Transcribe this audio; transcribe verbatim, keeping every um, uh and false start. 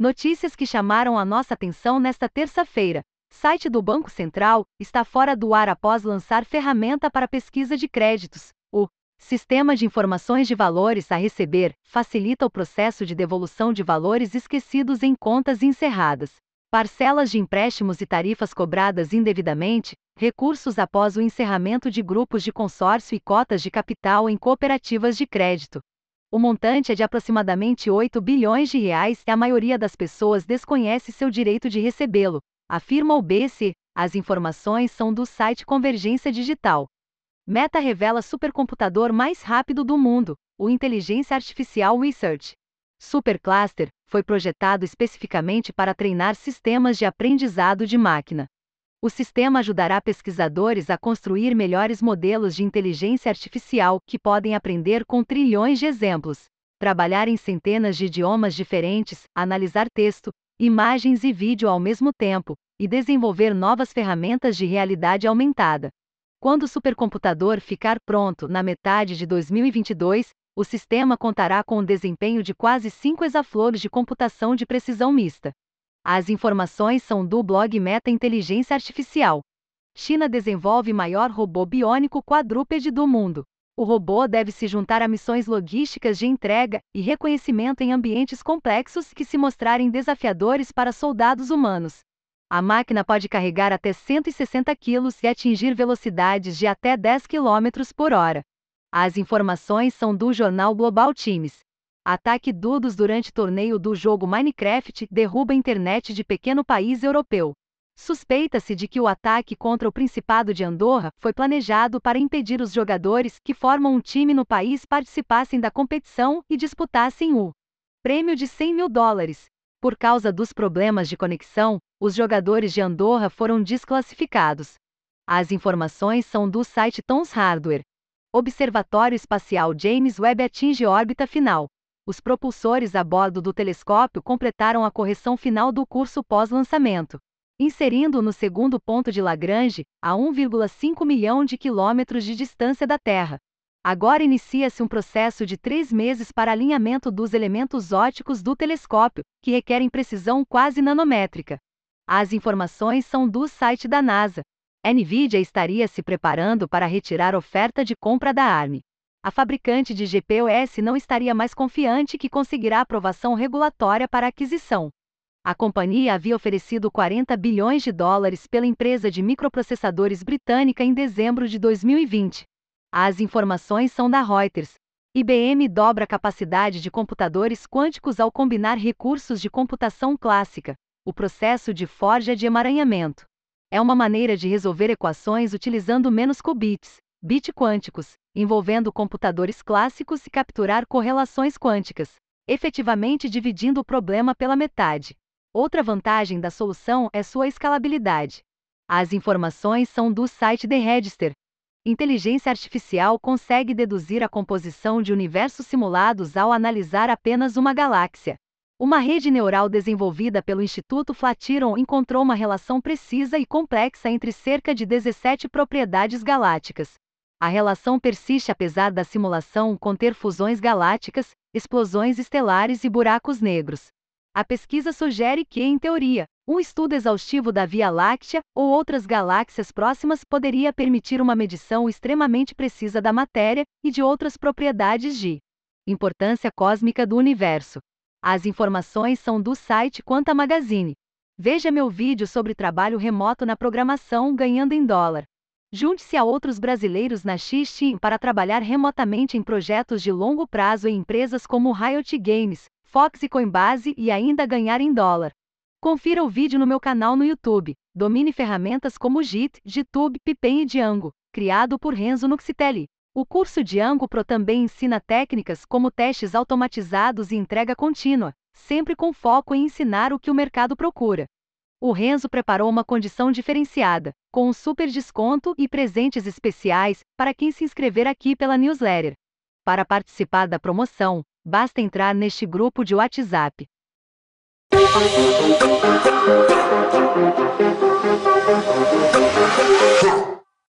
Notícias que chamaram a nossa atenção nesta terça-feira. Site do Banco Central está fora do ar após lançar ferramenta para pesquisa de créditos. O Sistema de Informações de Valores a Receber facilita o processo de devolução de valores esquecidos em contas encerradas. Parcelas de empréstimos e tarifas cobradas indevidamente, recursos após o encerramento de grupos de consórcio e cotas de capital em cooperativas de crédito. O montante é de aproximadamente oito bilhões de reais e a maioria das pessoas desconhece seu direito de recebê-lo, afirma o B C. As informações são do site Convergência Digital. Meta revela supercomputador mais rápido do mundo, o Inteligência Artificial Research Supercluster foi projetado especificamente para treinar sistemas de aprendizado de máquina. O sistema ajudará pesquisadores a construir melhores modelos de inteligência artificial que podem aprender com trilhões de exemplos, trabalhar em centenas de idiomas diferentes, analisar texto, imagens e vídeo ao mesmo tempo, e desenvolver novas ferramentas de realidade aumentada. Quando o supercomputador ficar pronto na metade de dois mil e vinte e dois, o sistema contará com um desempenho de quase cinco exaflops de computação de precisão mista. As informações são do blog Meta Inteligência Artificial. China desenvolve maior robô biônico quadrúpede do mundo. O robô deve se juntar a missões logísticas de entrega e reconhecimento em ambientes complexos que se mostrarem desafiadores para soldados humanos. A máquina pode carregar até cento e sessenta quilos e atingir velocidades de até dez quilômetros por hora. As informações são do jornal Global Times. Ataque Dudos durante torneio do jogo Minecraft derruba a internet de pequeno país europeu. Suspeita-se de que o ataque contra o Principado de Andorra foi planejado para impedir os jogadores que formam um time no país participassem da competição e disputassem o prêmio de cem mil dólares. Por causa dos problemas de conexão, os jogadores de Andorra foram desclassificados. As informações são do site Tons Hardware. Observatório Espacial James Webb atinge órbita final. Os propulsores a bordo do telescópio completaram a correção final do curso pós-lançamento, inserindo-o no segundo ponto de Lagrange, a um vírgula cinco milhão de quilômetros de distância da Terra. Agora inicia-se um processo de três meses para alinhamento dos elementos ópticos do telescópio, que requerem precisão quase nanométrica. As informações são do site da NASA. A Nvidia estaria se preparando para retirar oferta de compra da ARM. A fabricante de G P U S não estaria mais confiante que conseguirá aprovação regulatória para a aquisição. A companhia havia oferecido quarenta bilhões de dólares pela empresa de microprocessadores britânica em dezembro de dois mil e vinte. As informações são da Reuters. I B M dobra a capacidade de computadores quânticos ao combinar recursos de computação clássica, o processo de forja de emaranhamento. É uma maneira de resolver equações utilizando menos qubits, bits quânticos, envolvendo computadores clássicos e capturar correlações quânticas, efetivamente dividindo o problema pela metade. Outra vantagem da solução é sua escalabilidade. As informações são do site The Register. Inteligência artificial consegue deduzir a composição de universos simulados ao analisar apenas uma galáxia. Uma rede neural desenvolvida pelo Instituto Flatiron encontrou uma relação precisa e complexa entre cerca de dezessete propriedades galácticas. A relação persiste apesar da simulação conter fusões galácticas, explosões estelares e buracos negros. A pesquisa sugere que, em teoria, um estudo exaustivo da Via Láctea ou outras galáxias próximas poderia permitir uma medição extremamente precisa da matéria e de outras propriedades de importância cósmica do universo. As informações são do site Quanta Magazine. Veja meu vídeo sobre trabalho remoto na programação ganhando em dólar. Junte-se a outros brasileiros na X-Team para trabalhar remotamente em projetos de longo prazo em empresas como Riot Games, Fox e Coinbase e ainda ganhar em dólar. Confira o vídeo no meu canal no YouTube. Domine ferramentas como Git, GitHub, Pipen e Django, criado por Renzo Nuxitelli. O curso Django Pro também ensina técnicas como testes automatizados e entrega contínua, sempre com foco em ensinar o que o mercado procura. O Renzo preparou uma condição diferenciada, com um super desconto e presentes especiais para quem se inscrever aqui pela newsletter. Para participar da promoção, basta entrar neste grupo de WhatsApp.